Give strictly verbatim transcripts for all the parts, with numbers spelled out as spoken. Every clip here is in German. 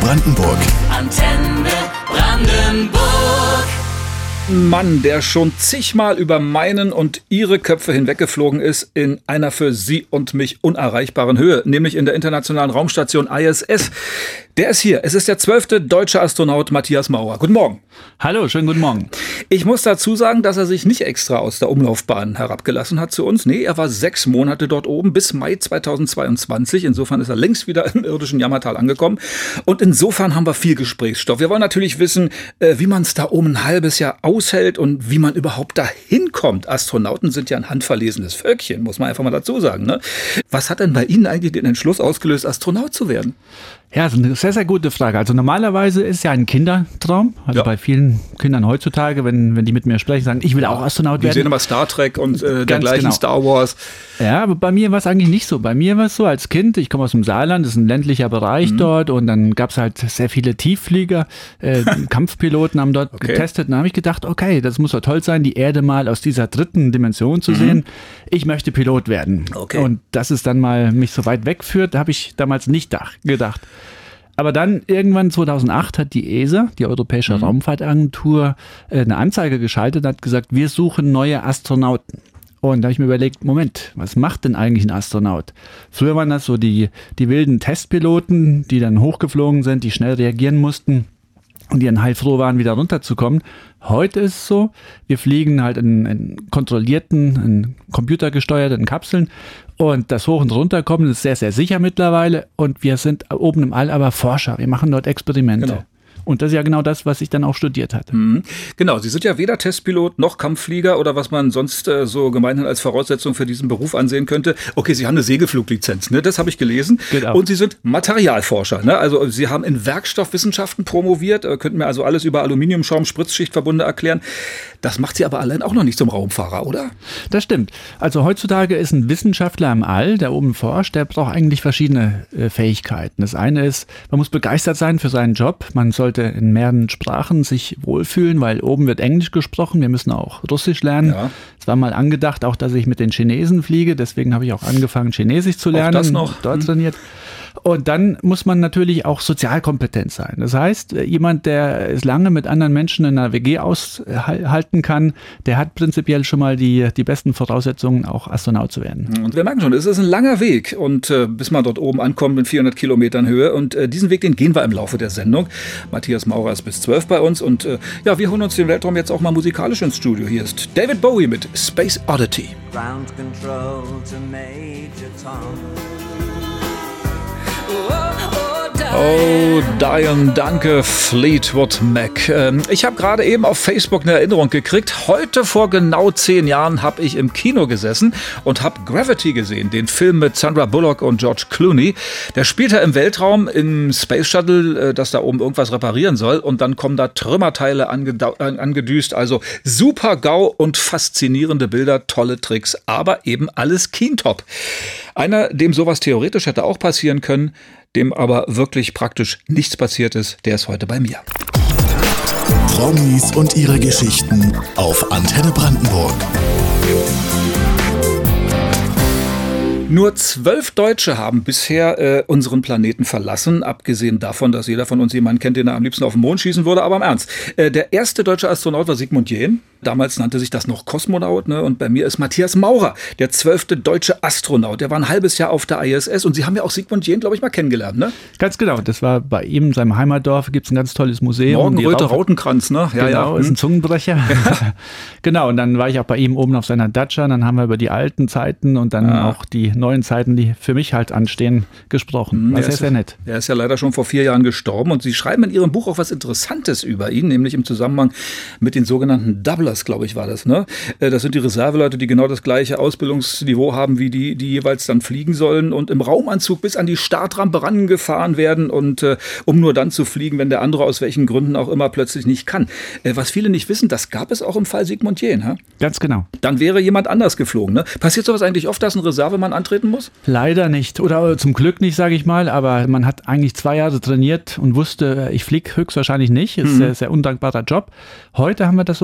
Brandenburg. Antenne Brandenburg. Mann, der schon zigmal über meinen und ihre Köpfe hinweggeflogen ist in einer für Sie und mich unerreichbaren Höhe, nämlich in der internationalen Raumstation I S S. Der ist hier. Es ist der zwölfte deutsche Astronaut Matthias Maurer. Guten Morgen. Hallo, schönen guten Morgen. Ich muss dazu sagen, dass er sich nicht extra aus der Umlaufbahn herabgelassen hat zu uns. Nee, er war sechs Monate dort oben bis Mai zweitausendzweiundzwanzig. Insofern ist er längst wieder im irdischen Jammertal angekommen. Und insofern haben wir viel Gesprächsstoff. Wir wollen natürlich wissen, wie man es da oben ein halbes Jahr aushält und wie man überhaupt dahin kommt. Astronauten sind ja ein handverlesenes Völkchen, muss man einfach mal dazu sagen. Ne? Was hat denn bei Ihnen eigentlich den Entschluss ausgelöst, Astronaut zu werden? Ja, das ist eine sehr, sehr gute Frage. Also normalerweise ist es ja ein Kindertraum. Also ja. bei vielen Kindern heutzutage, wenn, wenn die mit mir sprechen, sagen, ich will auch Astronaut die werden. Die sehen immer Star Trek und äh, dergleichen, genau. Star Wars. Ja, aber bei mir war es eigentlich nicht so. Bei mir war es so, als Kind, ich komme aus dem Saarland, das ist ein ländlicher Bereich mhm. dort und dann gab es halt sehr viele Tiefflieger. Äh, Kampfpiloten haben dort okay. getestet und dann habe ich gedacht, okay, das muss doch toll sein, die Erde mal aus dieser dritten Dimension zu mhm. sehen. Ich möchte Pilot werden. Okay. Und dass es dann mal mich so weit wegführt, da habe ich damals nicht gedacht. Aber dann irgendwann zweitausendacht hat die E S A, die Europäische mhm. Raumfahrtagentur, eine Anzeige geschaltet und hat gesagt, wir suchen neue Astronauten. Und da habe ich mir überlegt, Moment, was macht denn eigentlich ein Astronaut? Früher waren das so die, die wilden Testpiloten, die dann hochgeflogen sind, die schnell reagieren mussten und die dann heilfroh waren, wieder runterzukommen. Heute ist es so, wir fliegen halt in, in kontrollierten, in computergesteuerten Kapseln und das Hoch- und Runterkommen ist sehr, sehr sicher mittlerweile und wir sind oben im All aber Forscher, wir machen dort Experimente. Genau. Und das ist ja genau das, was ich dann auch studiert hatte. Mhm. Genau, Sie sind ja weder Testpilot noch Kampfflieger oder was man sonst äh, so gemeinhin als Voraussetzung für diesen Beruf ansehen könnte. Okay, Sie haben eine Segelfluglizenz, ne? Das habe ich gelesen. Genau. Und Sie sind Materialforscher, ne? Also Sie haben in Werkstoffwissenschaften promoviert, äh, könnten mir also alles über Aluminiumschaum, Spritzschichtverbunde erklären. Das macht Sie aber allein auch noch nicht zum Raumfahrer, oder? Das stimmt. Also heutzutage ist ein Wissenschaftler im All, der oben forscht, der braucht eigentlich verschiedene äh, Fähigkeiten. Das eine ist, man muss begeistert sein für seinen Job. Man sollte in mehreren Sprachen sich wohlfühlen, weil oben wird Englisch gesprochen. Wir müssen auch Russisch lernen. Ja. Es war mal angedacht, auch dass ich mit den Chinesen fliege. Deswegen habe ich auch angefangen, Chinesisch zu lernen. Auch das noch. Dort hm. trainiert. Und dann muss man natürlich auch sozialkompetent sein. Das heißt, jemand, der es lange mit anderen Menschen in einer W G aushalten kann, der hat prinzipiell schon mal die, die besten Voraussetzungen, auch Astronaut zu werden. Und wir merken schon, es ist ein langer Weg, und äh, bis man dort oben ankommt mit vierhundert Kilometern Höhe. Und äh, diesen Weg, den gehen wir im Laufe der Sendung. Matthias Maurer ist bis zwölf bei uns. Und äh, ja, wir holen uns den Weltraum jetzt auch mal musikalisch ins Studio. Hier ist David Bowie mit Space Oddity. Ground control to Major Tom. Oh, Diane, danke, Fleetwood Mac. Ähm, ich habe gerade eben auf Facebook eine Erinnerung gekriegt. Heute vor genau zehn Jahren habe ich im Kino gesessen und habe Gravity gesehen, den Film mit Sandra Bullock und George Clooney. Der spielt ja im Weltraum im Space Shuttle, das da oben irgendwas reparieren soll, und dann kommen da Trümmerteile angedau- angedüst. Also super GAU und faszinierende Bilder, tolle Tricks, aber eben alles Keentop. Einer, dem sowas theoretisch hätte auch passieren können, dem aber wirklich praktisch nichts passiert ist, der ist heute bei mir. Promis und ihre Geschichten auf Antenne Brandenburg. Nur zwölf Deutsche haben bisher äh, unseren Planeten verlassen, abgesehen davon, dass jeder von uns jemanden kennt, den er am liebsten auf den Mond schießen würde, aber im Ernst. Äh, der erste deutsche Astronaut war Sigmund Jähn. Damals nannte sich das noch Kosmonaut, ne? Und bei mir ist Matthias Maurer, der zwölfte deutsche Astronaut. Der war ein halbes Jahr auf der I S S und Sie haben ja auch Sigmund Jähn, glaube ich, mal kennengelernt, ne? Ganz genau, das war bei ihm in seinem Heimatdorf, gibt es ein ganz tolles Museum. Morgenröte Rautenkranz, ne? Ja, genau, ja. ist ein Zungenbrecher. Genau, und dann war ich auch bei ihm oben auf seiner Datscha, dann haben wir über die alten Zeiten und dann ah. auch die neuen Zeiten, die für mich halt anstehen, gesprochen. War sehr, sehr nett. Er ist ja leider schon vor vier Jahren gestorben und Sie schreiben in Ihrem Buch auch was Interessantes über ihn, nämlich im Zusammenhang mit den sogenannten Doublers, glaube ich, war das, ne? Das sind die Reserveleute, die genau das gleiche Ausbildungsniveau haben, wie die, die jeweils dann fliegen sollen und im Raumanzug bis an die Startrampe rangefahren werden, und äh, um nur dann zu fliegen, wenn der andere aus welchen Gründen auch immer plötzlich nicht kann. Äh, was viele nicht wissen, das gab es auch im Fall Sigmund Jähn, ha? Ganz genau. Dann wäre jemand anders geflogen, ne? Passiert sowas eigentlich oft, dass ein Reservemann antreten muss? Leider nicht. Oder zum Glück nicht, sage ich mal. Aber man hat eigentlich zwei Jahre trainiert und wusste, ich fliege höchstwahrscheinlich nicht. Ist ein mhm. sehr, sehr undankbarer Job. Heute haben wir das so ein bisschen geändert.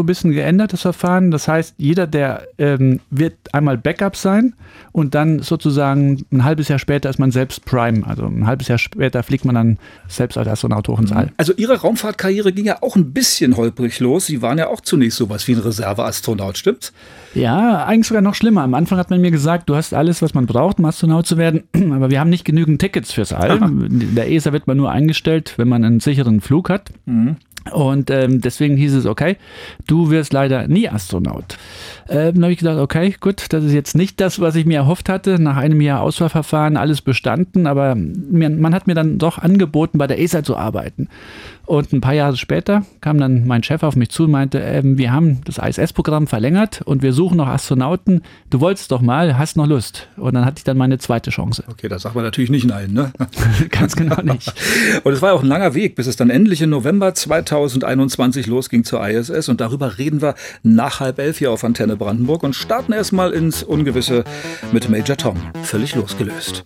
geändert, das Verfahren. Das heißt, jeder, der ähm, wird einmal Backup sein und dann sozusagen ein halbes Jahr später ist man selbst Prime. Also ein halbes Jahr später fliegt man dann selbst als Astronaut hoch ins All. Also Ihre Raumfahrtkarriere ging ja auch ein bisschen holprig los. Sie waren ja auch zunächst sowas wie ein Reserveastronaut, stimmt's? Ja, eigentlich sogar noch schlimmer. Am Anfang hat man mir gesagt, du hast alles, was man braucht, um Astronaut zu werden, aber wir haben nicht genügend Tickets fürs All. In der E S A wird man nur eingestellt, wenn man einen sicheren Flug hat. Mhm. Und ähm, deswegen hieß es, okay, du wirst leider nie Astronaut. Ähm, dann habe ich gedacht, okay, gut, das ist jetzt nicht das, was ich mir erhofft hatte. Nach einem Jahr Auswahlverfahren alles bestanden, aber mir, man hat mir dann doch angeboten, bei der E S A zu arbeiten. Und ein paar Jahre später kam dann mein Chef auf mich zu und meinte, ähm, wir haben das I S S-Programm verlängert und wir suchen noch Astronauten. Du wolltest doch mal, hast noch Lust? Und dann hatte ich dann meine zweite Chance. Okay, das sagt man natürlich nicht nein, ne? Ganz genau nicht. Und es war auch ein langer Weg, bis es dann endlich im November zweitausendeinundzwanzig losging zur I S S. Und darüber reden wir nach halb elf hier auf Antenne Brandenburg und starten erstmal ins Ungewisse mit Major Tom. Völlig losgelöst.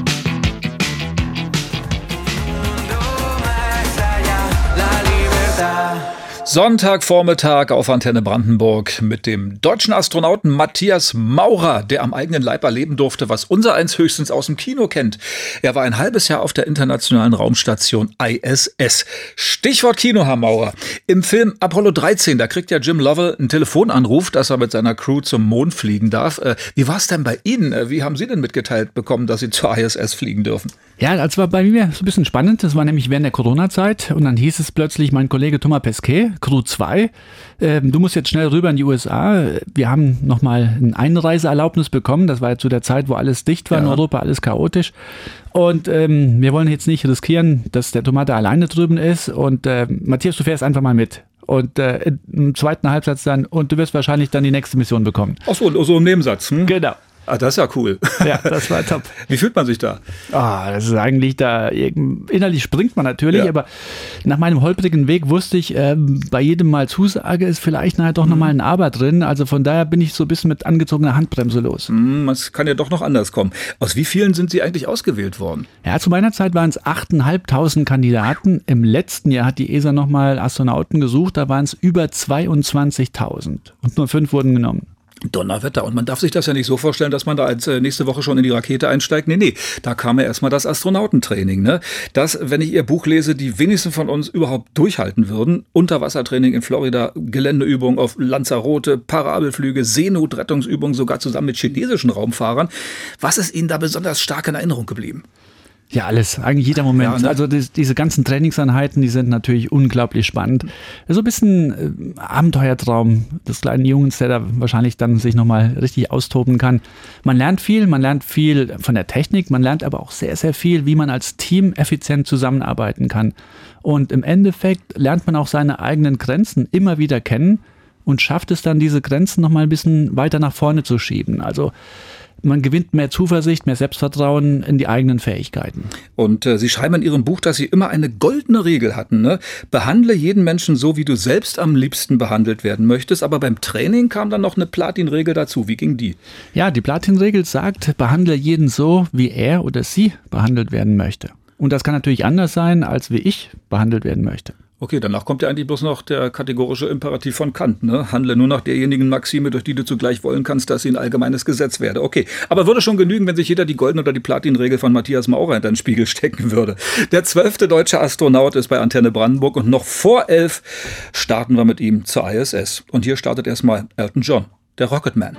Sonntagvormittag auf Antenne Brandenburg mit dem deutschen Astronauten Matthias Maurer, der am eigenen Leib erleben durfte, was unser eins höchstens aus dem Kino kennt. Er war ein halbes Jahr auf der internationalen Raumstation I S S. Stichwort Kino, Herr Maurer. Im Film Apollo dreizehn, da kriegt ja Jim Lovell einen Telefonanruf, dass er mit seiner Crew zum Mond fliegen darf. Wie war es denn bei Ihnen? Wie haben Sie denn mitgeteilt bekommen, dass Sie zur I S S fliegen dürfen? Ja, das war bei mir so ein bisschen spannend. Das war nämlich während der Corona-Zeit und dann hieß es plötzlich, mein Kollege Thomas Pesquet, Crew zwei, äh, du musst jetzt schnell rüber in die U S A. Wir haben nochmal eine Einreiseerlaubnis bekommen. Das war ja zu der Zeit, wo alles dicht war ja. In Europa, alles chaotisch. Und ähm, wir wollen jetzt nicht riskieren, dass der Thomas da alleine drüben ist. Und äh, Matthias, du fährst einfach mal mit. Und äh, im zweiten Halbsatz dann, und du wirst wahrscheinlich dann die nächste Mission bekommen. Ach so, so im Nebensatz. Hm? Genau. Ah, das ist ja cool. Ja, das war top. Wie fühlt man sich da? Ah, das ist eigentlich da, innerlich springt man natürlich, ja. Aber nach meinem holprigen Weg wusste ich, äh, bei jedem Mal Zusage ist vielleicht nachher doch mhm. nochmal ein Aber drin. Also von daher bin ich so ein bisschen mit angezogener Handbremse los. Mhm, es kann ja doch noch anders kommen. Aus wie vielen sind Sie eigentlich ausgewählt worden? Ja, zu meiner Zeit waren es achttausendfünfhundert Kandidaten. Im letzten Jahr hat die E S A nochmal Astronauten gesucht, da waren es über zweiundzwanzigtausend und nur fünf wurden genommen. Donnerwetter. Und man darf sich das ja nicht so vorstellen, dass man da als äh, nächste Woche schon in die Rakete einsteigt. Nee, nee, da kam ja erstmal das Astronautentraining. Ne? Das, wenn ich Ihr Buch lese, die wenigsten von uns überhaupt durchhalten würden. Unterwassertraining in Florida, Geländeübungen auf Lanzarote, Parabelflüge, Seenotrettungsübungen, sogar zusammen mit chinesischen Raumfahrern. Was ist Ihnen da besonders stark in Erinnerung geblieben? Ja, alles, eigentlich jeder Moment. Ja, ne? Also die, diese ganzen Trainingseinheiten, die sind natürlich unglaublich spannend. So ein bisschen äh, Abenteuertraum des kleinen Jungs, der da wahrscheinlich dann sich nochmal richtig austoben kann. Man lernt viel, man lernt viel von der Technik, man lernt aber auch sehr, sehr viel, wie man als Team effizient zusammenarbeiten kann. Und im Endeffekt lernt man auch seine eigenen Grenzen immer wieder kennen und schafft es dann, diese Grenzen nochmal ein bisschen weiter nach vorne zu schieben. Also man gewinnt mehr Zuversicht, mehr Selbstvertrauen in die eigenen Fähigkeiten. Und äh, Sie schreiben in Ihrem Buch, dass Sie immer eine goldene Regel hatten. Ne? Behandle jeden Menschen so, wie du selbst am liebsten behandelt werden möchtest. Aber beim Training kam dann noch eine Platin-Regel dazu. Wie ging die? Ja, die Platin-Regel sagt, behandle jeden so, wie er oder sie behandelt werden möchte. Und das kann natürlich anders sein, als wie ich behandelt werden möchte. Okay, danach kommt ja eigentlich bloß noch der kategorische Imperativ von Kant, ne? Handle nur nach derjenigen Maxime, durch die du zugleich wollen kannst, dass sie ein allgemeines Gesetz werde. Okay, aber würde schon genügen, wenn sich jeder die Golden- oder die Platin-Regel von Matthias Maurer in den Spiegel stecken würde. Der zwölfte deutsche Astronaut ist bei Antenne Brandenburg und noch vor elf starten wir mit ihm zur I S S. Und hier startet erstmal Elton John, der Rocketman.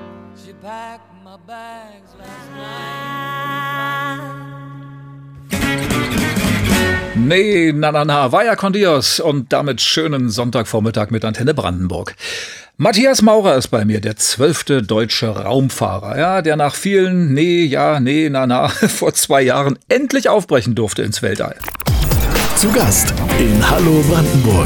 Nee, na, na, na, vaya con Dios und damit schönen Sonntagvormittag mit Antenne Brandenburg. Matthias Maurer ist bei mir, der zwölfte deutsche Raumfahrer, ja, der nach vielen Nee, ja, nee, na, na, vor zwei Jahren endlich aufbrechen durfte ins Weltall. Zu Gast in Hallo Brandenburg.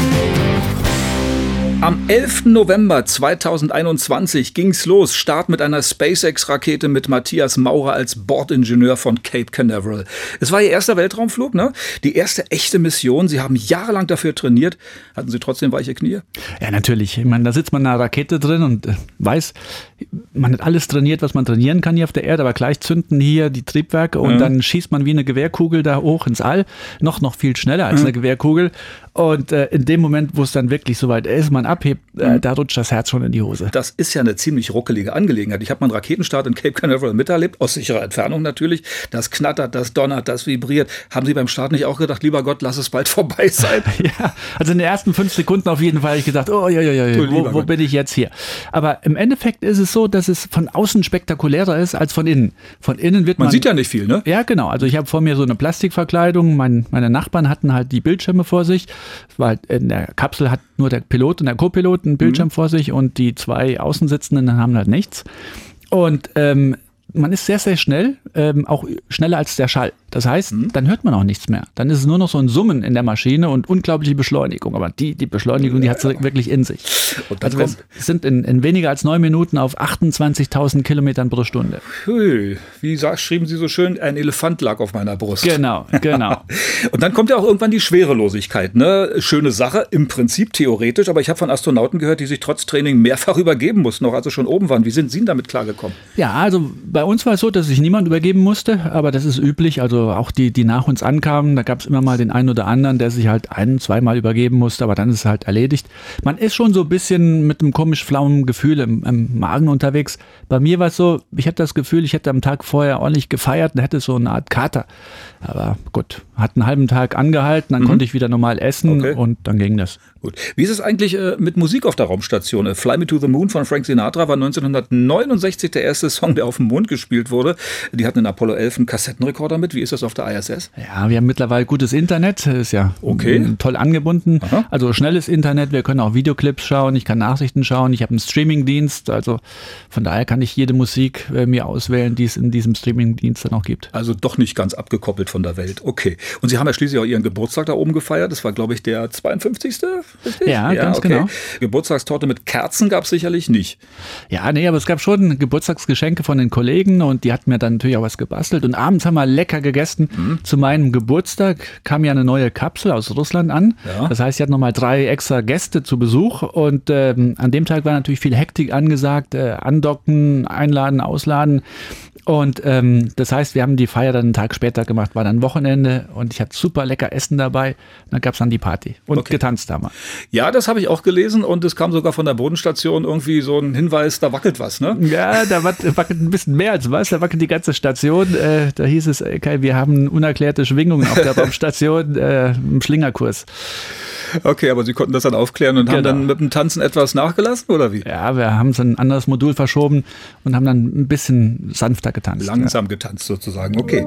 Am elften November zweitausendeinundzwanzig ging's los. Start mit einer SpaceX-Rakete mit Matthias Maurer als Bordingenieur von Cape Canaveral. Es war Ihr erster Weltraumflug, ne? Die erste echte Mission. Sie haben jahrelang dafür trainiert. Hatten Sie trotzdem weiche Knie? Ja, natürlich. Ich meine, da sitzt man in einer Rakete drin und äh, weiß, man hat alles trainiert, was man trainieren kann hier auf der Erde, aber gleich zünden hier die Triebwerke und mhm. dann schießt man wie eine Gewehrkugel da hoch ins All. Noch, noch viel schneller als mhm. eine Gewehrkugel. Und äh, in dem Moment, wo es dann wirklich soweit ist, man abhebt, äh, da rutscht das Herz schon in die Hose. Das ist ja eine ziemlich ruckelige Angelegenheit. Ich habe mal einen Raketenstart in Cape Canaveral miterlebt, aus sicherer Entfernung natürlich. Das knattert, das donnert, das vibriert. Haben Sie beim Start nicht auch gedacht, lieber Gott, lass es bald vorbei sein? Ja, also in den ersten fünf Sekunden auf jeden Fall habe ich gedacht, oh ja, ja, ja, wo, wo bin ich jetzt hier? Aber im Endeffekt ist es so, dass es von außen spektakulärer ist als von innen. Von innen wird man... Man sieht ja nicht viel, ne? Ja, genau. Also ich habe vor mir so eine Plastikverkleidung. Mein, meine Nachbarn hatten halt die Bildschirme vor sich. Weil in der Kapsel hat nur der Pilot und der Co-Pilot einen Bildschirm mhm. vor sich und die zwei Außensitzenden haben halt nichts. Und ähm, man ist sehr, sehr schnell, ähm, auch schneller als der Schall. Das heißt, mhm. dann hört man auch nichts mehr. Dann ist es nur noch so ein Summen in der Maschine und unglaubliche Beschleunigung. Aber die, die Beschleunigung, die hat es wirklich in sich. Also wir sind in, in weniger als neun Minuten auf achtundzwanzigtausend Kilometern pro Stunde. Hui, wie sag, schrieben Sie so schön, ein Elefant lag auf meiner Brust. Genau, genau. Und dann kommt ja auch irgendwann die Schwerelosigkeit. Ne? Schöne Sache, im Prinzip theoretisch, aber ich habe von Astronauten gehört, die sich trotz Training mehrfach übergeben mussten, auch als sie schon oben waren. Wie sind Sie damit klargekommen? Ja, also bei uns war es so, dass sich niemand übergeben musste, aber das ist üblich. Also auch die, die nach uns ankamen, da gab es immer mal den einen oder anderen, der sich halt ein-, zweimal übergeben musste, aber dann ist es halt erledigt. Man ist schon so ein bisschen mit einem komisch flauen Gefühl im, im Magen unterwegs. Bei mir war es so, ich hatte das Gefühl, ich hätte am Tag vorher ordentlich gefeiert und hätte so eine Art Kater. Aber gut, hat einen halben Tag angehalten, dann mhm. konnte ich wieder normal essen okay. und dann ging das. Gut. Wie ist es eigentlich äh, mit Musik auf der Raumstation? Äh, Fly Me to the Moon von Frank Sinatra war neunzehnhundertneunundsechzig der erste Song, der auf dem Mond gespielt wurde. Die hatten in Apollo elf einen Kassettenrekorder mit. Wie ist das auf der I S S? Ja, wir haben mittlerweile gutes Internet, ist ja okay. toll angebunden. Aha. Also schnelles Internet, wir können auch Videoclips schauen, ich kann Nachrichten schauen, ich habe einen Streamingdienst, also von daher kann ich jede Musik äh, mir auswählen, die es in diesem Streamingdienst dann auch gibt. Also doch nicht ganz abgekoppelt von der Welt, okay. Und Sie haben ja schließlich auch Ihren Geburtstag da oben gefeiert, das war glaube ich der zweiundfünfzigste Richtig? Ja, ja, ganz okay. genau. Geburtstagstorte mit Kerzen gab es sicherlich nicht. Ja, nee, aber es gab schon Geburtstagsgeschenke von den Kollegen und die hatten mir dann natürlich auch was gebastelt und abends haben wir lecker gegessen. Mhm. Zu meinem Geburtstag kam ja eine neue Kapsel aus Russland an. Ja. Das heißt, sie hat nochmal drei extra Gäste zu Besuch und ähm, an dem Tag war natürlich viel Hektik angesagt, äh, andocken, einladen, ausladen. Und ähm, das heißt, wir haben die Feier dann einen Tag später gemacht, war dann Wochenende und ich hatte super lecker Essen dabei. Und dann gab es dann die Party und okay. getanzt haben wir. Ja, das habe ich auch gelesen und es kam sogar von der Bodenstation irgendwie so ein Hinweis, da wackelt was, ne? Ja, da wackelt ein bisschen mehr als was, da wackelt die ganze Station. Äh, da hieß es, okay, wir haben unerklärte Schwingungen auf der Raumstation äh, im Schlingerkurs. Okay, aber Sie konnten das dann aufklären und genau. haben dann mit dem Tanzen etwas nachgelassen, oder wie? Ja, wir haben so ein anderes Modul verschoben und haben dann ein bisschen sanfter getanzt. Langsam ja. getanzt sozusagen, okay.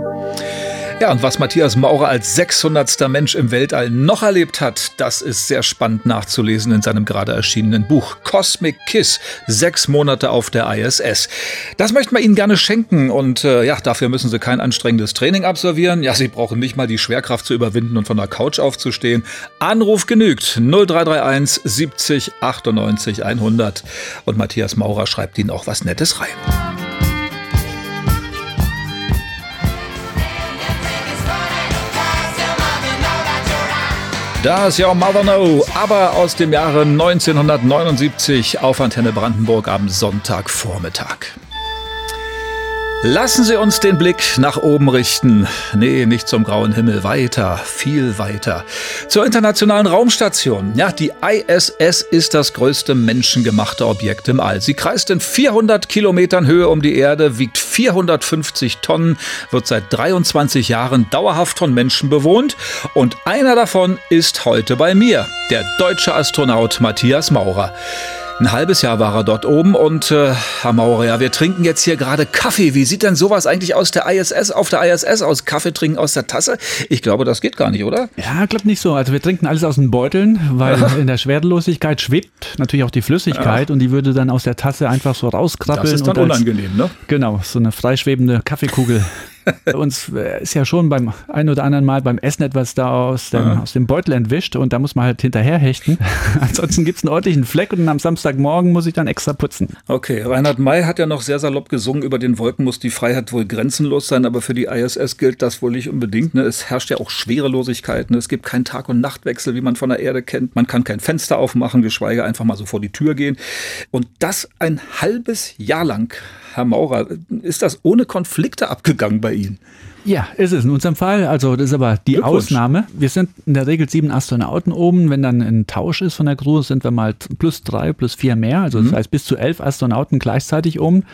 Ja, und was Matthias Maurer als sechshundertster Mensch im Weltall noch erlebt hat, das ist sehr spannend nachzulesen in seinem gerade erschienenen Buch Cosmic Kiss, sechs Monate auf der I S S. Das möchten wir Ihnen gerne schenken und äh, ja, dafür müssen Sie kein anstrengendes Training absolvieren. Ja, Sie brauchen nicht mal die Schwerkraft zu überwinden und von der Couch aufzustehen. Anruf genügt, null drei drei eins siebzig achtundneunzig hundert und Matthias Maurer schreibt Ihnen auch was Nettes rein. Das Your Mother Know, aber aus dem Jahre neunzehnhundertneunundsiebzig auf Antenne Brandenburg am Sonntagvormittag. Lassen Sie uns den Blick nach oben richten. Nee, nicht zum grauen Himmel, weiter, viel weiter. Zur Internationalen Raumstation. Ja, die I S S ist das größte menschengemachte Objekt im All. Sie kreist in vierhundert Kilometern Höhe um die Erde, wiegt vierhundertfünfzig Tonnen, wird seit dreiundzwanzig Jahren dauerhaft von Menschen bewohnt. Und einer davon ist heute bei mir, der deutsche Astronaut Matthias Maurer. Ein halbes Jahr war er dort oben und äh, Herr Maurer, ja, wir trinken jetzt hier gerade Kaffee. Wie sieht denn sowas eigentlich aus der I S S, auf der I S S aus? Kaffee trinken aus der Tasse? Ich glaube, das geht gar nicht, oder? Ja, klappt nicht so. Also wir trinken alles aus den Beuteln, weil ja. in der Schwerelosigkeit schwebt natürlich auch die Flüssigkeit ja. und die würde dann aus der Tasse einfach so rauskrabbeln. Das ist dann und als, unangenehm, ne? Genau, so eine freischwebende Kaffeekugel. Bei uns ist ja schon beim ein oder anderen Mal beim Essen etwas da aus dem, ja. aus dem Beutel entwischt und da muss man halt hinterher hechten. Ansonsten gibt es einen ordentlichen Fleck und am Samstagmorgen muss ich dann extra putzen. Okay, Reinhard May hat ja noch sehr salopp gesungen, über den Wolken muss die Freiheit wohl grenzenlos sein, aber für die I S S gilt das wohl nicht unbedingt. Ne? Es herrscht ja auch Schwerelosigkeit, ne? Es gibt keinen Tag- und Nachtwechsel, wie man von der Erde kennt. Man kann kein Fenster aufmachen, geschweige einfach mal so vor die Tür gehen. Und das ein halbes Jahr lang. Herr Maurer, ist das ohne Konflikte abgegangen bei bei Ihnen. Ja, ist es in unserem Fall. Also das ist aber die Ausnahme. Wir sind in der Regel sieben Astronauten oben. Wenn dann ein Tausch ist von der Crew, sind wir mal plus drei, plus vier mehr. Also das mhm. heißt bis zu elf Astronauten gleichzeitig oben.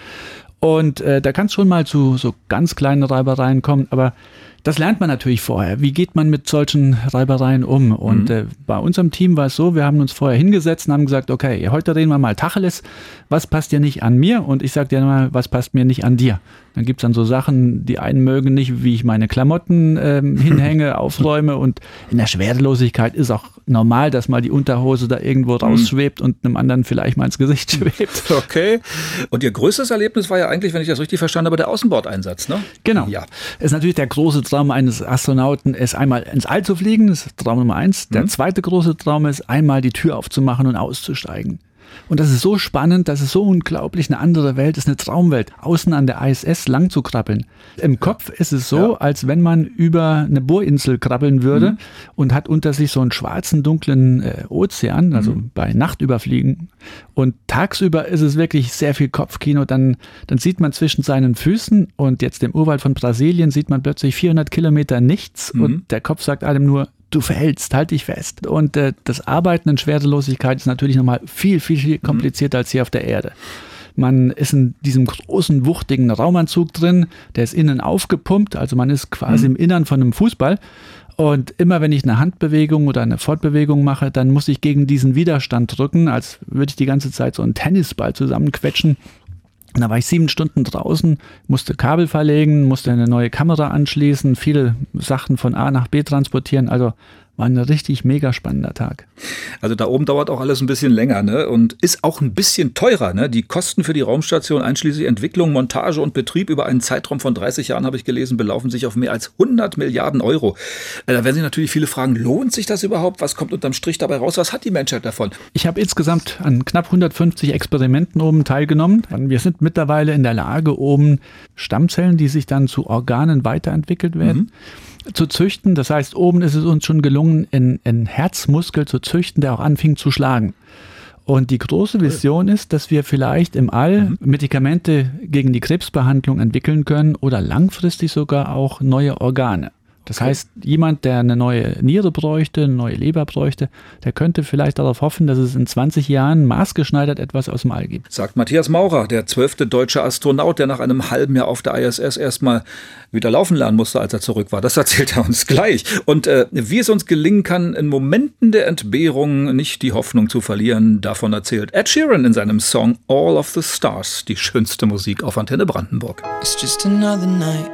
Und äh, da kann es schon mal zu so ganz kleinen Reibereien kommen. Aber das lernt man natürlich vorher. Wie geht man mit solchen Reibereien um? Und mhm. äh, bei unserem Team war es so, wir haben uns vorher hingesetzt und haben gesagt, okay, heute reden wir mal Tacheles. Was passt dir nicht an mir? Und ich sag dir mal, was passt mir nicht an dir? Dann gibt es dann so Sachen, die einen mögen nicht, wie ich meine Klamotten ähm, hinhänge, aufräume. Und in der Schwerelosigkeit ist auch normal, dass mal die Unterhose da irgendwo rausschwebt und einem anderen vielleicht mal ins Gesicht schwebt. Okay. Und Ihr größtes Erlebnis war ja eigentlich, wenn ich das richtig verstanden habe, der Außenbordeinsatz, ne? Genau. Ja. Ist natürlich der große Traum eines Astronauten, ist einmal ins All zu fliegen. Das ist Traum Nummer eins. Der mhm. zweite große Traum ist, einmal die Tür aufzumachen und auszusteigen. Und das ist so spannend, das ist so unglaublich eine andere Welt, das ist eine Traumwelt, außen an der I S S lang zu krabbeln. Im Kopf ist es so, ja. als wenn man über eine Bohrinsel krabbeln würde mhm. und hat unter sich so einen schwarzen, dunklen äh, Ozean, also mhm. bei Nachtüberfliegen. Und tagsüber ist es wirklich sehr viel Kopfkino. Dann, dann sieht man zwischen seinen Füßen und jetzt im Urwald von Brasilien sieht man plötzlich vierhundert Kilometer nichts mhm. und der Kopf sagt einem nur, du verhältst, halt dich fest. Und äh, das Arbeiten in Schwerelosigkeit ist natürlich nochmal viel, viel, viel komplizierter mhm. als hier auf der Erde. Man ist in diesem großen, wuchtigen Raumanzug drin, der ist innen aufgepumpt, also man ist quasi mhm. im Innern von einem Fußball. Und immer wenn ich eine Handbewegung oder eine Fortbewegung mache, dann muss ich gegen diesen Widerstand drücken, als würde ich die ganze Zeit so einen Tennisball zusammenquetschen. Und da war ich sieben Stunden draußen, musste Kabel verlegen, musste eine neue Kamera anschließen, viele Sachen von A nach B transportieren. Also war ein richtig mega spannender Tag. Also da oben dauert auch alles ein bisschen länger, ne? Und ist auch ein bisschen teurer, ne? Die Kosten für die Raumstation einschließlich Entwicklung, Montage und Betrieb über einen Zeitraum von dreißig Jahren, habe ich gelesen, belaufen sich auf mehr als hundert Milliarden Euro. Da werden sich natürlich viele fragen, lohnt sich das überhaupt? Was kommt unterm Strich dabei raus? Was hat die Menschheit davon? Ich habe insgesamt an knapp hundertfünfzig Experimenten oben teilgenommen. Wir sind mittlerweile in der Lage, oben Stammzellen, die sich dann zu Organen weiterentwickelt werden, mhm. zu züchten. Das heißt, oben ist es uns schon gelungen, einen Herzmuskel zu züchten, der auch anfing zu schlagen. Und die große Vision ist, dass wir vielleicht im All mhm. Medikamente gegen die Krebsbehandlung entwickeln können oder langfristig sogar auch neue Organe. Das heißt, jemand, der eine neue Niere bräuchte, eine neue Leber bräuchte, der könnte vielleicht darauf hoffen, dass es in zwanzig Jahren maßgeschneidert etwas aus dem All gibt. Sagt Matthias Maurer, der zwölfte deutsche Astronaut, der nach einem halben Jahr auf der I S S erstmal wieder laufen lernen musste, als er zurück war. Das erzählt er uns gleich. Und äh, wie es uns gelingen kann, in Momenten der Entbehrung nicht die Hoffnung zu verlieren, davon erzählt Ed Sheeran in seinem Song All of the Stars, die schönste Musik auf Antenne Brandenburg. It's just another night.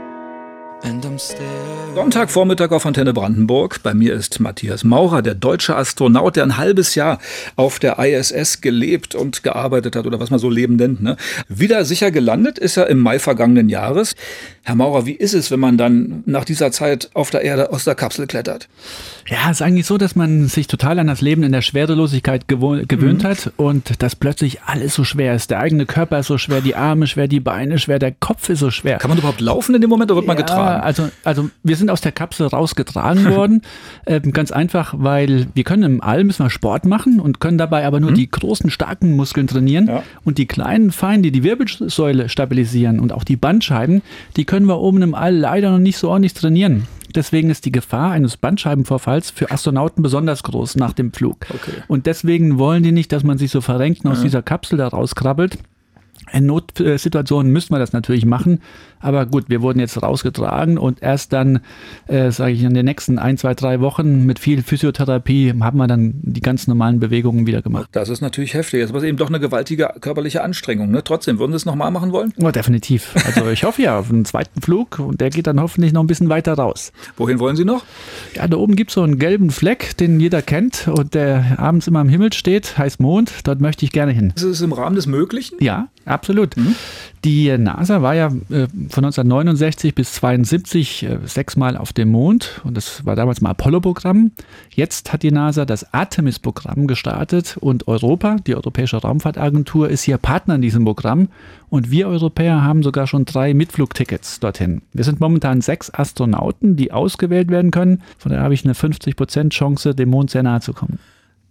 Sonntagvormittag auf Antenne Brandenburg. Bei mir ist Matthias Maurer, der deutsche Astronaut, der ein halbes Jahr auf der I S S gelebt und gearbeitet hat oder was man so Leben nennt. Ne? Wieder sicher gelandet ist er im Mai vergangenen Jahres. Herr Maurer, wie ist es, wenn man dann nach dieser Zeit auf der Erde aus der Kapsel klettert? Ja, es ist eigentlich so, dass man sich total an das Leben in der Schwerelosigkeit gewohnt, gewöhnt mhm. hat und dass plötzlich alles so schwer ist. Der eigene Körper ist so schwer, die Arme schwer, die Beine schwer, der Kopf ist so schwer. Kann man überhaupt laufen in dem Moment oder wird man ja, getragen? Also, also wir sind aus der Kapsel rausgetragen worden. Ähm, ganz einfach, weil wir können im All müssen wir Sport machen und können dabei aber nur mhm. die großen, starken Muskeln trainieren ja. und die kleinen, feinen, die die Wirbelsäule stabilisieren und auch die Bandscheiben, die können wir oben im All leider noch nicht so ordentlich trainieren. Deswegen ist die Gefahr eines Bandscheibenvorfalls für Astronauten besonders groß nach dem Flug. Okay. Und deswegen wollen die nicht, dass man sich so verrenkt und aus ja. dieser Kapsel da rauskrabbelt. In Notsituationen müssen wir das natürlich machen, aber gut, wir wurden jetzt rausgetragen und erst dann, äh, sage ich, in den nächsten ein, zwei, drei Wochen mit viel Physiotherapie haben wir dann die ganz normalen Bewegungen wieder gemacht. Das ist natürlich heftig, das ist eben doch eine gewaltige körperliche Anstrengung. Ne? Trotzdem, würden Sie es nochmal machen wollen? Oh, definitiv. Also ich hoffe ja auf einen zweiten Flug und der geht dann hoffentlich noch ein bisschen weiter raus. Wohin wollen Sie noch? Ja, da oben gibt es so einen gelben Fleck, den jeder kennt und der abends immer am Himmel steht, heißt Mond, dort möchte ich gerne hin. Ist es im Rahmen des Möglichen? Ja, absolut. Mhm. Die NASA war ja äh, von neunzehnhundertneunundsechzig bis zweiundsiebzig äh, sechsmal auf dem Mond und das war damals mal Apollo-Programm. Jetzt hat die NASA das Artemis-Programm gestartet und Europa, die Europäische Raumfahrtagentur, ist hier Partner in diesem Programm und wir Europäer haben sogar schon drei Mitflugtickets dorthin. Wir sind momentan sechs Astronauten, die ausgewählt werden können. Von daher habe ich eine fünfzig Prozent Chance, dem Mond sehr nahe zu kommen.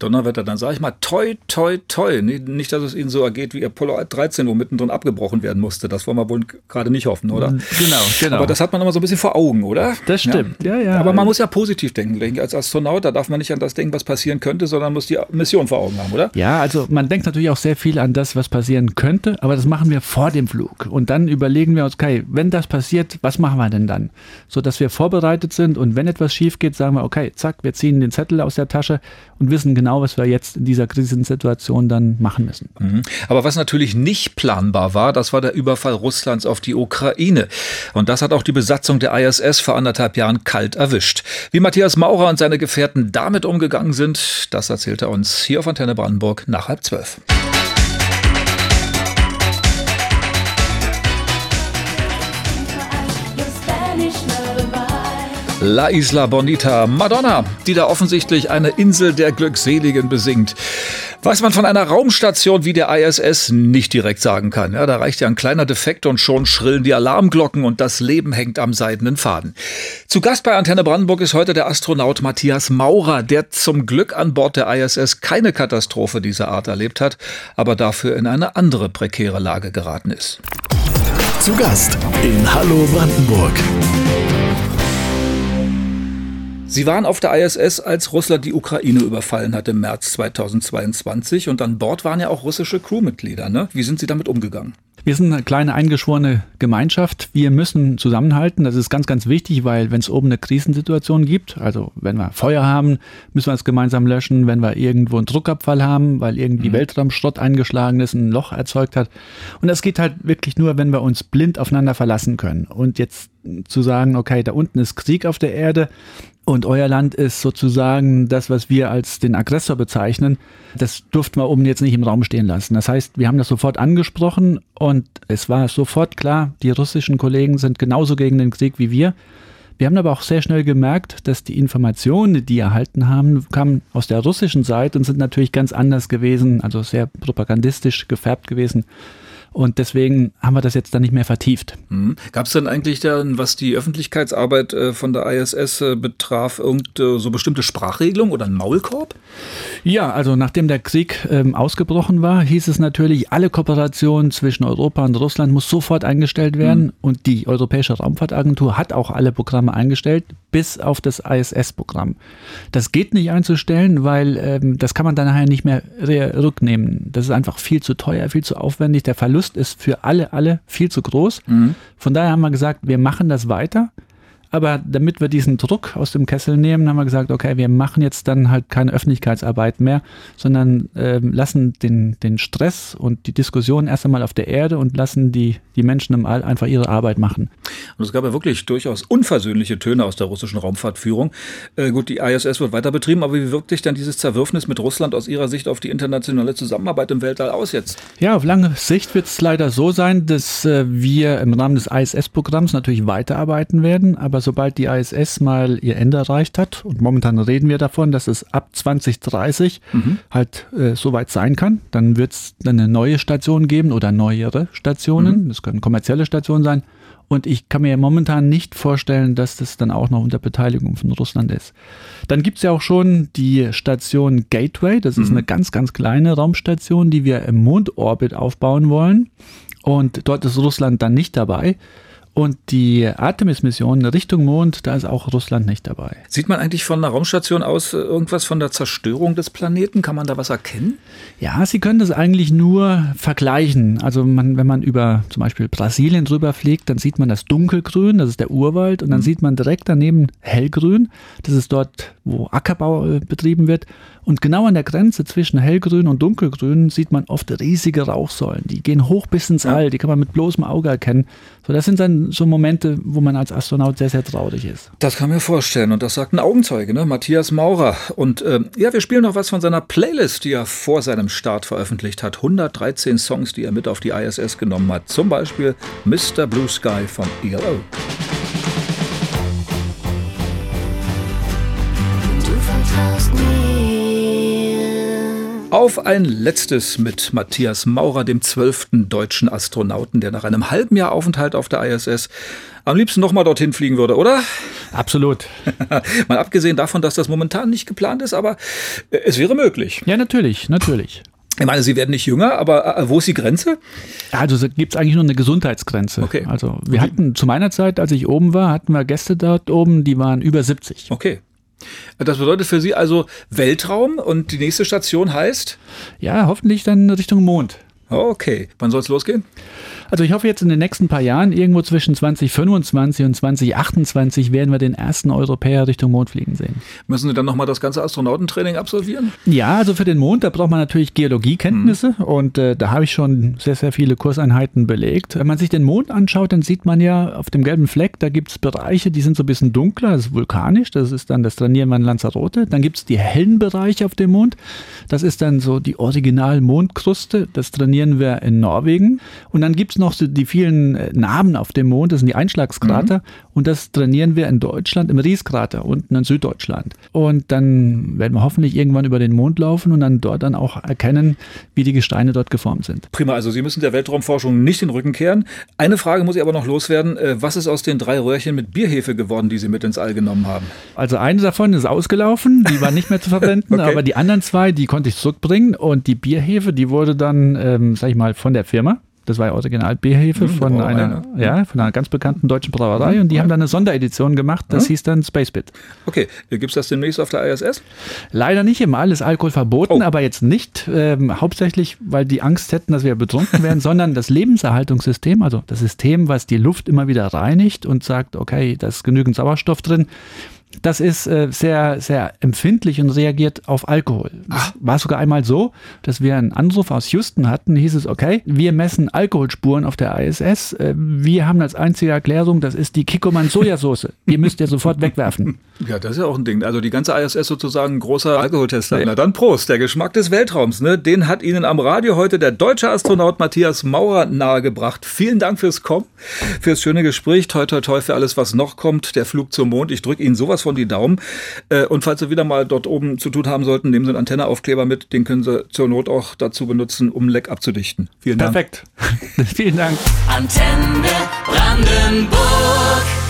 Donnerwetter, dann sage ich mal toi, toi, toi. Nicht, dass es Ihnen so ergeht wie Apollo dreizehn, wo mittendrin abgebrochen werden musste. Das wollen wir wohl gerade nicht hoffen, oder? Genau, genau. Aber das hat man immer so ein bisschen vor Augen, oder? Das stimmt, ja, ja. ja. Aber man muss ja positiv denken. Als Astronaut, da darf man nicht an das denken, was passieren könnte, sondern muss die Mission vor Augen haben, oder? Ja, also man denkt natürlich auch sehr viel an das, was passieren könnte, aber das machen wir vor dem Flug. Und dann überlegen wir uns, okay, wenn das passiert, was machen wir denn dann? So, dass wir vorbereitet sind und wenn etwas schief geht, sagen wir, okay, zack, wir ziehen den Zettel aus der Tasche und wissen genau, was wir jetzt in dieser Krisensituation dann machen müssen. Mhm. Aber was natürlich nicht planbar war, das war der Überfall Russlands auf die Ukraine. Und das hat auch die Besatzung der I S S vor anderthalb Jahren kalt erwischt. Wie Matthias Maurer und seine Gefährten damit umgegangen sind, das erzählt er uns hier auf Antenne Brandenburg nach halb zwölf. La Isla Bonita, Madonna, die da offensichtlich eine Insel der Glückseligen besingt. Was man von einer Raumstation wie der I S S nicht direkt sagen kann. Ja, da reicht ja ein kleiner Defekt und schon schrillen die Alarmglocken und das Leben hängt am seidenen Faden. Zu Gast bei Antenne Brandenburg ist heute der Astronaut Matthias Maurer, der zum Glück an Bord der I S S keine Katastrophe dieser Art erlebt hat, aber dafür in eine andere prekäre Lage geraten ist. Zu Gast in Hallo Brandenburg. Sie waren auf der I S S, als Russland die Ukraine überfallen hat im März zweitausendzweiundzwanzig. Und an Bord waren ja auch russische Crewmitglieder. Ne? Wie sind Sie damit umgegangen? Wir sind eine kleine eingeschworene Gemeinschaft. Wir müssen zusammenhalten. Das ist ganz, ganz wichtig, weil wenn es oben eine Krisensituation gibt, also wenn wir Feuer haben, müssen wir es gemeinsam löschen. Wenn wir irgendwo einen Druckabfall haben, weil irgendwie mhm. Weltraumschrott eingeschlagen ist, ein Loch erzeugt hat. Und das geht halt wirklich nur, wenn wir uns blind aufeinander verlassen können. Und jetzt zu sagen, okay, da unten ist Krieg auf der Erde, und euer Land ist sozusagen das, was wir als den Aggressor bezeichnen. Das durften wir oben jetzt nicht im Raum stehen lassen. Das heißt, wir haben das sofort angesprochen und es war sofort klar, die russischen Kollegen sind genauso gegen den Krieg wie wir. Wir haben aber auch sehr schnell gemerkt, dass die Informationen, die die erhalten haben, kamen aus der russischen Seite und sind natürlich ganz anders gewesen, also sehr propagandistisch gefärbt gewesen. Und deswegen haben wir das jetzt dann nicht mehr vertieft. Mhm. Gab es denn eigentlich dann, was die Öffentlichkeitsarbeit äh, von der I S S äh, betraf, irgend, äh, so bestimmte Sprachregelungen oder einen Maulkorb? Ja, also nachdem der Krieg ähm, ausgebrochen war, hieß es natürlich, alle Kooperation zwischen Europa und Russland muss sofort eingestellt werden. Mhm. Und die Europäische Raumfahrtagentur hat auch alle Programme eingestellt, bis auf das I S S-Programm. Das geht nicht einzustellen, weil ähm, das kann man dann nachher nicht mehr rücknehmen. Das ist einfach viel zu teuer, viel zu aufwendig. Der Verlust ist für alle, alle viel zu groß. Mhm. Von daher haben wir gesagt, wir machen das weiter. Aber damit wir diesen Druck aus dem Kessel nehmen, haben wir gesagt, okay, wir machen jetzt dann halt keine Öffentlichkeitsarbeit mehr, sondern äh, lassen den, den Stress und die Diskussion erst einmal auf der Erde und lassen die, die Menschen im All einfach ihre Arbeit machen. Und es gab ja wirklich durchaus unversöhnliche Töne aus der russischen Raumfahrtführung. Äh, gut, die I S S wird weiter betrieben, aber wie wirkt sich denn dieses Zerwürfnis mit Russland aus Ihrer Sicht auf die internationale Zusammenarbeit im Weltall aus jetzt? Ja, auf lange Sicht wird es leider so sein, dass äh, wir im Rahmen des I S S-Programms natürlich weiterarbeiten werden, aber sobald die I S S mal ihr Ende erreicht hat, und momentan reden wir davon, dass es ab zwanzig dreißig mhm. halt äh, soweit sein kann, dann wird es eine neue Station geben oder neuere Stationen. Mhm. Das können kommerzielle Stationen sein. Und ich kann mir momentan nicht vorstellen, dass das dann auch noch unter Beteiligung von Russland ist. Dann gibt es ja auch schon die Station Gateway. Das ist mhm. eine ganz, ganz kleine Raumstation, die wir im Mondorbit aufbauen wollen. Und dort ist Russland dann nicht dabei. Und die Artemis-Mission Richtung Mond, da ist auch Russland nicht dabei. Sieht man eigentlich von einer Raumstation aus irgendwas von der Zerstörung des Planeten? Kann man da was erkennen? Ja, Sie können das eigentlich nur vergleichen. Also man, wenn man über zum Beispiel Brasilien drüber fliegt, dann sieht man das Dunkelgrün, das ist der Urwald. Und dann mhm. sieht man direkt daneben Hellgrün, das ist dort, wo Ackerbau betrieben wird. Und genau an der Grenze zwischen Hellgrün und Dunkelgrün sieht man oft riesige Rauchsäulen. Die gehen hoch bis ins All, die kann man mit bloßem Auge erkennen. So, das sind dann so Momente, wo man als Astronaut sehr, sehr traurig ist. Das kann man mir vorstellen. Und das sagt ein Augenzeuge, ne? Matthias Maurer. Und äh, ja, wir spielen noch was von seiner Playlist, die er vor seinem Start veröffentlicht hat. hundertdreizehn Songs, die er mit auf die I S S genommen hat. Zum Beispiel Mister Blue Sky von E L O. Auf ein letztes mit Matthias Maurer, dem zwölften deutschen Astronauten, der nach einem halben Jahr Aufenthalt auf der I S S am liebsten noch mal dorthin fliegen würde, oder? Absolut. Mal abgesehen davon, dass das momentan nicht geplant ist, aber es wäre möglich. Ja, natürlich, natürlich. Ich meine, Sie werden nicht jünger, aber wo ist die Grenze? Also gibt es eigentlich nur eine Gesundheitsgrenze. Okay. Also wir hatten zu meiner Zeit, als ich oben war, hatten wir Gäste dort oben, die waren über siebzig. Okay. Das bedeutet für Sie also Weltraum und die nächste Station heißt? Ja, hoffentlich dann Richtung Mond. Okay. Wann soll es losgehen? Also ich hoffe jetzt in den nächsten paar Jahren, irgendwo zwischen zwanzig fünfundzwanzig und zwanzig achtundzwanzig werden wir den ersten Europäer Richtung Mond fliegen sehen. Müssen Sie dann nochmal das ganze Astronautentraining absolvieren? Ja, also für den Mond, da braucht man natürlich Geologiekenntnisse mhm. und äh, da habe ich schon sehr, sehr viele Kurseinheiten belegt. Wenn man sich den Mond anschaut, dann sieht man ja auf dem gelben Fleck, da gibt es Bereiche, die sind so ein bisschen dunkler, das ist vulkanisch, das ist dann das Trainieren von Lanzarote. Dann gibt es die hellen Bereiche auf dem Mond, das ist dann so die Original-Mondkruste, das trainieren wir in Norwegen. Und dann gibt es noch so die vielen Narben auf dem Mond, das sind die Einschlagskrater. Mhm. Und das trainieren wir in Deutschland im Rieskrater, unten in Süddeutschland. Und dann werden wir hoffentlich irgendwann über den Mond laufen und dann dort dann auch erkennen, wie die Gesteine dort geformt sind. Prima, also Sie müssen der Weltraumforschung nicht den Rücken kehren. Eine Frage muss ich aber noch loswerden. Was ist aus den drei Röhrchen mit Bierhefe geworden, die Sie mit ins All genommen haben? Also eine davon ist ausgelaufen, die war nicht mehr zu verwenden, okay. Aber die anderen zwei, die konnte ich zurückbringen. Und die Bierhefe, die wurde dann, ähm, sag ich mal, von der Firma. Das war ja original Bierhefe mhm, von, einer, ja, von einer ganz bekannten deutschen Brauerei. Und die ja. haben dann eine Sonderedition gemacht, das ja. hieß dann Spacebit. Okay, gibt es das demnächst auf der I S S? Leider nicht, im All ist Alkohol verboten, oh. aber jetzt nicht ähm, hauptsächlich, weil die Angst hätten, dass wir betrunken werden, sondern das Lebenserhaltungssystem, also das System, was die Luft immer wieder reinigt und sagt, okay, da ist genügend Sauerstoff drin. Das ist äh, sehr, sehr empfindlich und reagiert auf Alkohol. Es war sogar einmal so, dass wir einen Anruf aus Houston hatten, hieß es, okay, wir messen Alkoholspuren auf der I S S. Äh, wir haben als einzige Erklärung, das ist die Kikkoman-Sojasauce. Die müsst ihr sofort wegwerfen. Ja, das ist ja auch ein Ding. Also die ganze I S S sozusagen ein großer Alkoholtester. Ja. Na dann Prost, der Geschmack des Weltraums, ne? Den hat Ihnen am Radio heute der deutsche Astronaut Matthias Maurer nahegebracht. Vielen Dank fürs Kommen, fürs schöne Gespräch. Toi, toi, toi für alles, was noch kommt. Der Flug zum Mond. Ich drücke Ihnen sowas von die Daumen. Und falls Sie wieder mal dort oben zu tun haben sollten, nehmen Sie einen Antenneaufkleber mit. Den können Sie zur Not auch dazu benutzen, um Leck abzudichten. Vielen Dank. Perfekt. Vielen Dank. Antenne Brandenburg.